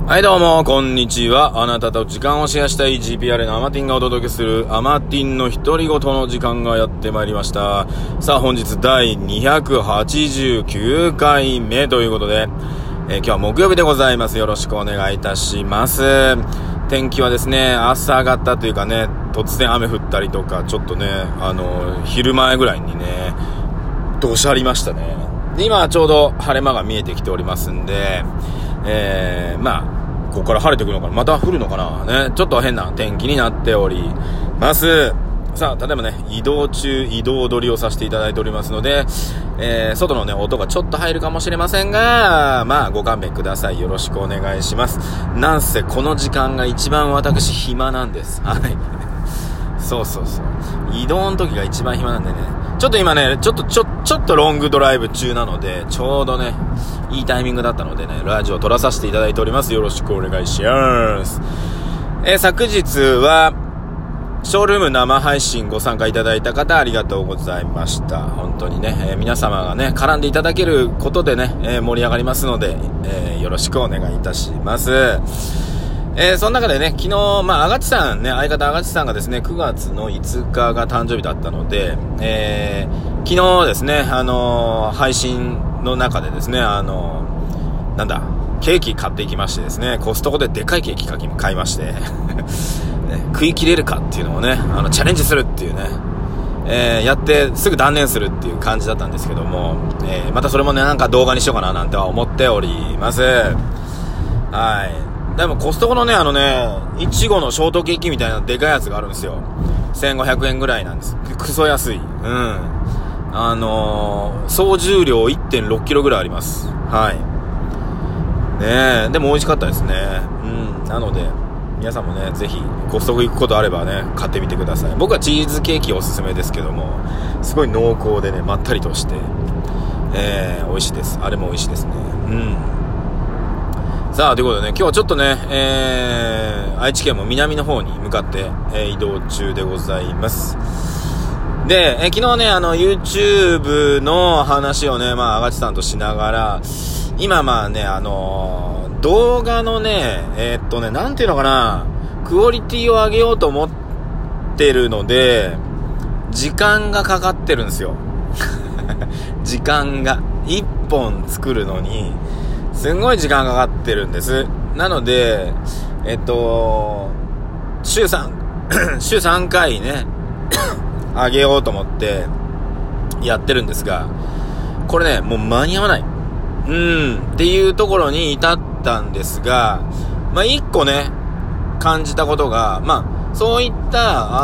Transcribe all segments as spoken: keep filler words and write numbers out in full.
はいどうもこんにちは。あなたと時間をシェアしたい ジーピーアール のアマティンがお届けするアマティンの独り言の時間がやってまいりました。さあ本日だいにひゃくはちじゅうきゅうかいめということで、えー、今日は木曜日でございます。よろしくお願いいたします。天気はですね、朝方というかね、突然雨降ったりとか、ちょっとね、あの昼前ぐらいにねどしゃりましたね。で今ちょうど晴れ間が見えてきておりますんで、えー、まあここから晴れてくるのかな、また降るのかなね、ちょっと変な天気になっております。さあ例えばね、移動中移動撮りをさせていただいておりますので、えー、外のね音がちょっと入るかもしれませんが、まあご勘弁ください。よろしくお願いします。なんせこの時間が一番私暇なんです。はいそうそうそう、移動の時が一番暇なんでね、ちょっと今ねちょっとちょちょっとロングドライブ中なので、ちょうどねいいタイミングだったのでね、ラジオを撮らさせていただいております。よろしくお願いします。えー、昨日はショールーム生配信ご参加いただいた方ありがとうございました。本当にね、えー、皆様がね絡んでいただけることでね、えー、盛り上がりますので、えー、よろしくお願いいたします。えー、その中でね、昨日、まあ、あがちさんね、相方あがちさんがですね、くがつのいつかが誕生日だったので、えー、昨日ですね、あのー、配信の中でですね、あのー、なんだ、ケーキ買っていきましてですね、コストコででかいケーキ買いまして、ね、食い切れるかっていうのをね、あの、チャレンジするっていうね、えー、やってすぐ断念するっていう感じだったんですけども、えー、またそれもね、なんか動画にしようかななんては思っております。はい。でもコストコのね、あのね、いちごのショートケーキみたいなでかいやつがあるんですよ。せんごひゃくえんぐらいなんです。クソ安い。うん。あのー、総重量 いってんろっキロぐらいあります。はい。ねえ、でも美味しかったですね。うん。なので、皆さんもね、ぜひコストコ行くことあればね、買ってみてください。僕はチーズケーキおすすめですけども、すごい濃厚でね、まったりとして、えー、美味しいです。あれも美味しいですね。うん。さあということでね、今日はちょっとね、えー、愛知県も南の方に向かって、えー、移動中でございます。で、えー、昨日ね、あの YouTube の話をね、まああがちさんとしながら、今まあね、あのー、動画のね、えー、っとね、なんていうのかな、クオリティを上げようと思ってるので、時間がかかってるんですよ。時間がいっぽん作るのにすんごい時間かかってるんです。なので、えっと、週さん、週さんかいね、あげようと思ってやってるんですが、これね、もう間に合わない。うん、っていうところに至ったんですが、まあ、一個ね、感じたことが、まあ、そういった、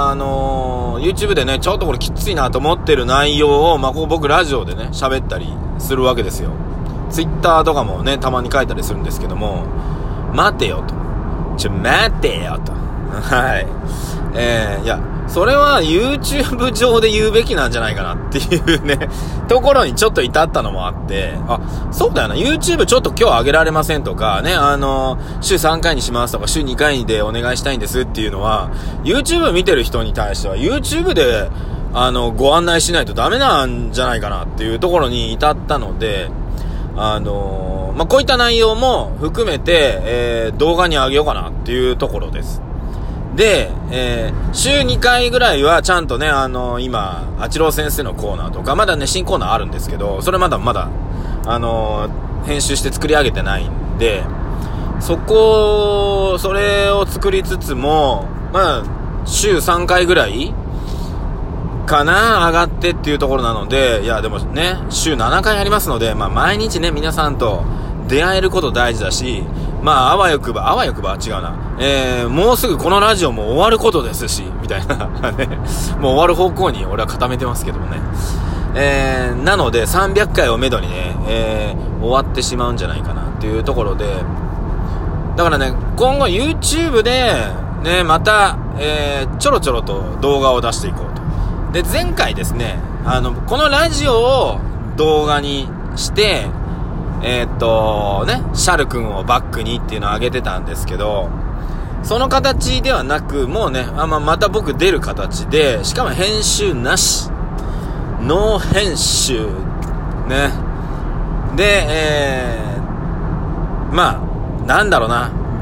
あのー、YouTube でね、ちょっとこれきついなと思ってる内容を、まあ、こう僕ラジオでね、喋ったりするわけですよ。ツイッターとかもねたまに書いたりするんですけども、待てよと、ちょ待てよとはいえー、いやそれは YouTube 上で言うべきなんじゃないかなっていうねところにちょっと至ったのもあって、あ、そうだよな、 YouTube ちょっと今日上げられませんとかね、あの週さんかいにしますとか週にかいでお願いしたいんですっていうのは YouTube 見てる人に対しては YouTube であのご案内しないとダメなんじゃないかなっていうところに至ったので、あのー、まあ、こういった内容も含めて、えー、動画に上げようかなっていうところです。で、えー、週にかいぐらいはちゃんとね、あのー、今、あちろう先生のコーナーとか、まだね、新コーナーあるんですけど、それまだまだ、あのー、編集して作り上げてないんで、そこ、それを作りつつも、まあ、週さんかいぐらいかな上がってっていうところなので、いやでもね週ななかいありますので、まあ毎日ね皆さんと出会えること大事だし、まああわよくばあわよくば違うな、えー、もうすぐこのラジオも終わることですしみたいなね、もう終わる方向に俺は固めてますけどもね、えー、なのでさんびゃっかいをめどにね、えー、終わってしまうんじゃないかなっていうところで、だからね今後 YouTube でねまた、えー、ちょろちょろと動画を出していこうと。で前回ですね、あのこのラジオを動画にしてえー、っとねシャル君をバックにっていうのを上げてたんですけど、その形ではなくもうねあ、まあ、また僕出る形で、しかも編集なしノー編集ねで、えー、まあなんだろうな、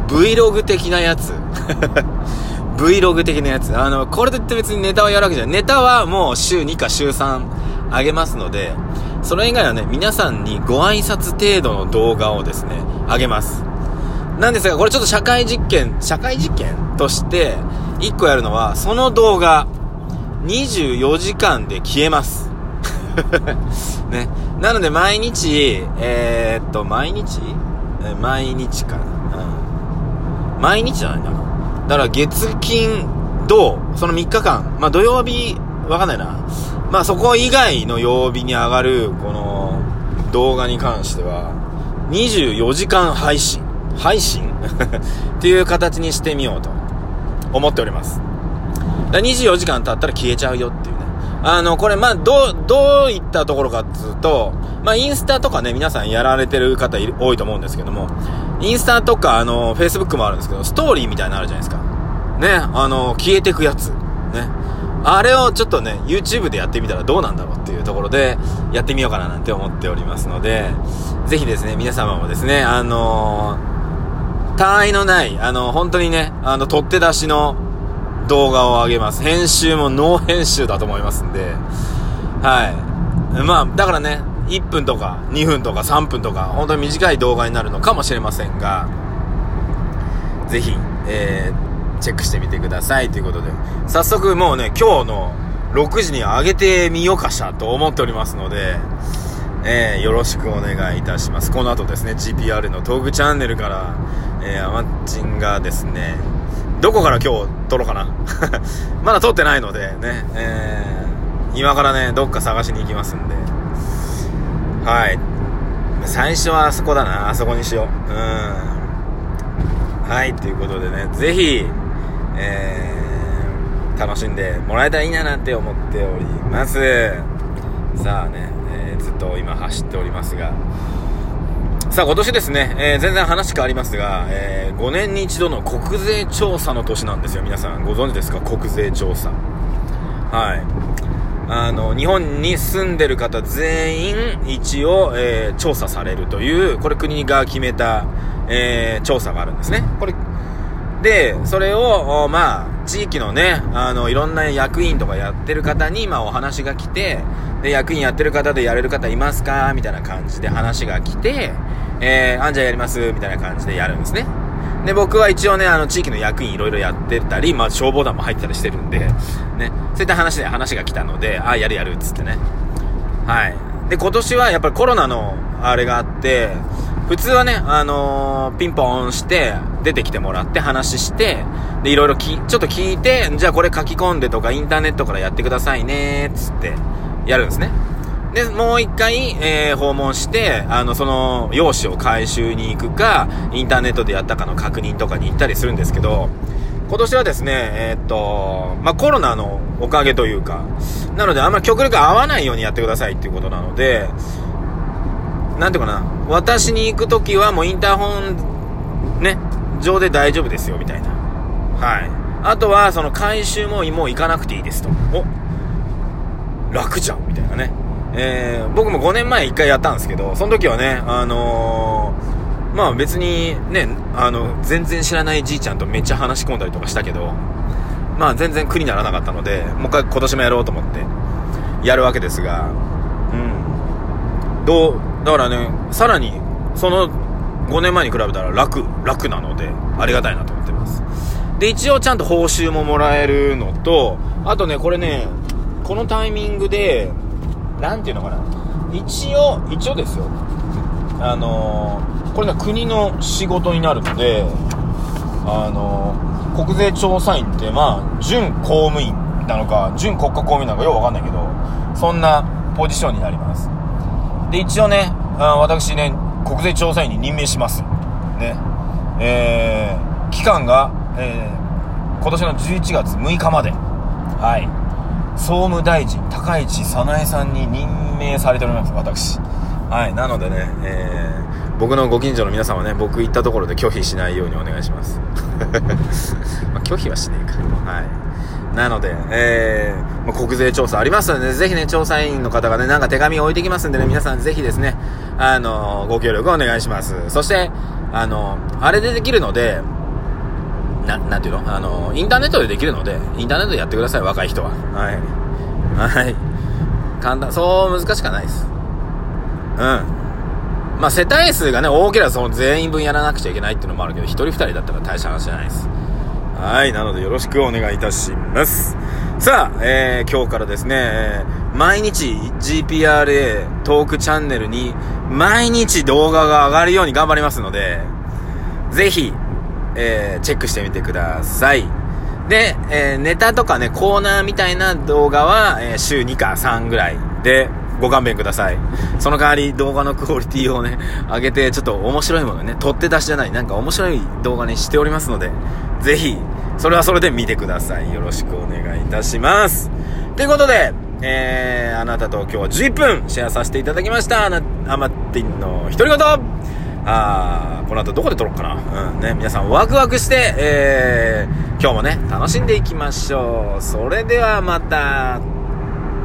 Vlog 的なやつ。Vlog 的なやつ。あの、これといって別にネタをやるわけじゃない。ネタはもう週にか週さん上げますので、それ以外はね、皆さんにご挨拶程度の動画をですね、上げます。なんですが、これちょっと社会実験、社会実験として、いっこやるのは、その動画、にじゅうよじかんで消えます。ね。なので、毎日、えー、っと、毎日え毎日かな。うん。毎日じゃないんだな。だから、月、金、土、そのみっかかん、まあ、土曜日、わかんないな。まあ、そこ以外の曜日に上がる、この、動画に関しては、にじゅうよじかん配信。配信っていう形にしてみようと思っております。だにじゅうよじかん経ったら消えちゃうよっていうね。あの、これ、まあ、どう、どういったところかっていうと、まあ、インスタとかね、皆さんやられてる方いる多いと思うんですけども、インスタとか、あの、フェイスブックもあるんですけど、ストーリーみたいなのあるじゃないですか。ね、あの、消えてくやつ。ね。あれをちょっとね、YouTube でやってみたらどうなんだろうっていうところで、やってみようかななんて思っておりますので、ぜひですね、皆様もですね、あのー、他愛のない、あの、本当にね、あの、取って出しの動画を上げます。編集もノー編集だと思いますんで、はい。まあ、だからね、いっぷんとかにふんとかさんぷんとか、本当に短い動画になるのかもしれませんが、ぜひ、えー、チェックしてみてくださいということで、早速もうね、今日のろくじに上げてみようかしらと思っておりますので、えー、よろしくお願いいたします。この後ですね、ジーピーアール のトークチャンネルから、えー、アマチンがですね、どこから今日撮ろうかなまだ撮ってないのでね、えー、今からね、どっか探しに行きますんで、はい。最初はあそこだな、あそこにしよう。うん。はい、ということでね、ぜひ、えー、楽しんでもらえたらいいななんて思っております。さあね、えー、ずっと今走っておりますが、さあ今年ですね、えー、全然話変わりますが、えー、ごねんに一度の国税調査の年なんですよ。皆さんご存知ですか？国税調査。はい。あの、日本に住んでる方全員一応、えー、調査されるという、これ国が決めた、えー、調査があるんですね。これ、で、それを、まあ、地域のね、あの、いろんな役員とかやってる方に、まあ、お話が来て、で、役員やってる方でやれる方いますかみたいな感じで話が来て、えー、あんじゃあやりますみたいな感じでやるんですね。で、僕は一応ね、あの、地域の役員いろいろやってたり、まあ、消防団も入ってたりしてるんで、ね、そういった話で話が来たので、あ、やるやるっつってね。はい。で、今年はやっぱりコロナのあれがあって、普通はね、あのー、ピンポンして、出てきてもらって話して、で、いろいろき、ちょっと聞いて、じゃあこれ書き込んでとか、インターネットからやってくださいね、つって、やるんですね。で、もう一回、えー、訪問して、あの、その、用紙を回収に行くか、インターネットでやったかの確認とかに行ったりするんですけど、今年はですね、えー、っと、まあ、コロナのおかげというか、なのであんまり極力合わないようにやってくださいっていうことなので、なんていうかな、私に行くときはもうインターホン、ね、上で大丈夫ですよ、みたいな。はい。あとは、その回収ももう行かなくていいですと。お、楽じゃんみたいなね。えー、僕もごねんまえいっかいやったんですけど、その時はね、あのー、まあ別にね、あの、全然知らないじいちゃんとめっちゃ話し込んだりとかしたけど、まあ全然苦にならなかったので、もう一回今年もやろうと思ってやるわけですが、うん。どう、だからね、さらに、そのごねんまえに比べたら楽、楽なので、ありがたいなと思ってます。で、一応ちゃんと報酬ももらえるのと、あとね、これね、このタイミングで、なんていうのかな、一応一応ですよ、あのー、これね国の仕事になるので、あのー、国税調査員ってまあ準公務員なのか準国家公務員なのかよくわかんないけど、そんなポジションになります。で、一応ね、あ、私ね国税調査員に任命しますね。えー、期間が、えー、今年のじゅういちがつむいかまで、はい、総務大臣高市早苗さんに任命されております、私。はい。なのでね、えー、僕のご近所の皆さんはね、僕行ったところで拒否しないようにお願いします。まあ、拒否はしねえか。はい。なので、えー、まあ、国税調査ありますので、ぜひね、調査員の方がね、なんか手紙を置いてきますんでね、皆さんぜひですね、あのー、ご協力お願いします。そして、あのー、あれでできるので、 な、なんていうのあの、インターネットでできるので、インターネットでやってください、若い人は。はい。はい。簡単、そう難しくはないです。うん。まあ、世帯数がね、多ければその全員分やらなくちゃいけないっていうのもあるけど、一人二人だったら大した話じゃないです。はい。なのでよろしくお願いいたします。さあ、えー、今日からですね、えー、毎日 ジーピーアールエー トークチャンネルに毎日動画が上がるように頑張りますので、ぜひ、えー、チェックしてみてください。で、えー、ネタとかね、コーナーみたいな動画は、えー、週にかさんぐらいでご勘弁ください。その代わり動画のクオリティをね、上げてちょっと面白いものね、取って出しじゃない、なんか面白い動画にしておりますので、ぜひ、それはそれで見てください。よろしくお願いいたします。ということで、えー、あなたと今日はじゅういっぷんシェアさせていただきました。アマティンの独り言。あー、この後どこで撮ろうかな。うんね、皆さんワクワクして、えー、今日もね、楽しんでいきましょう。それではまた。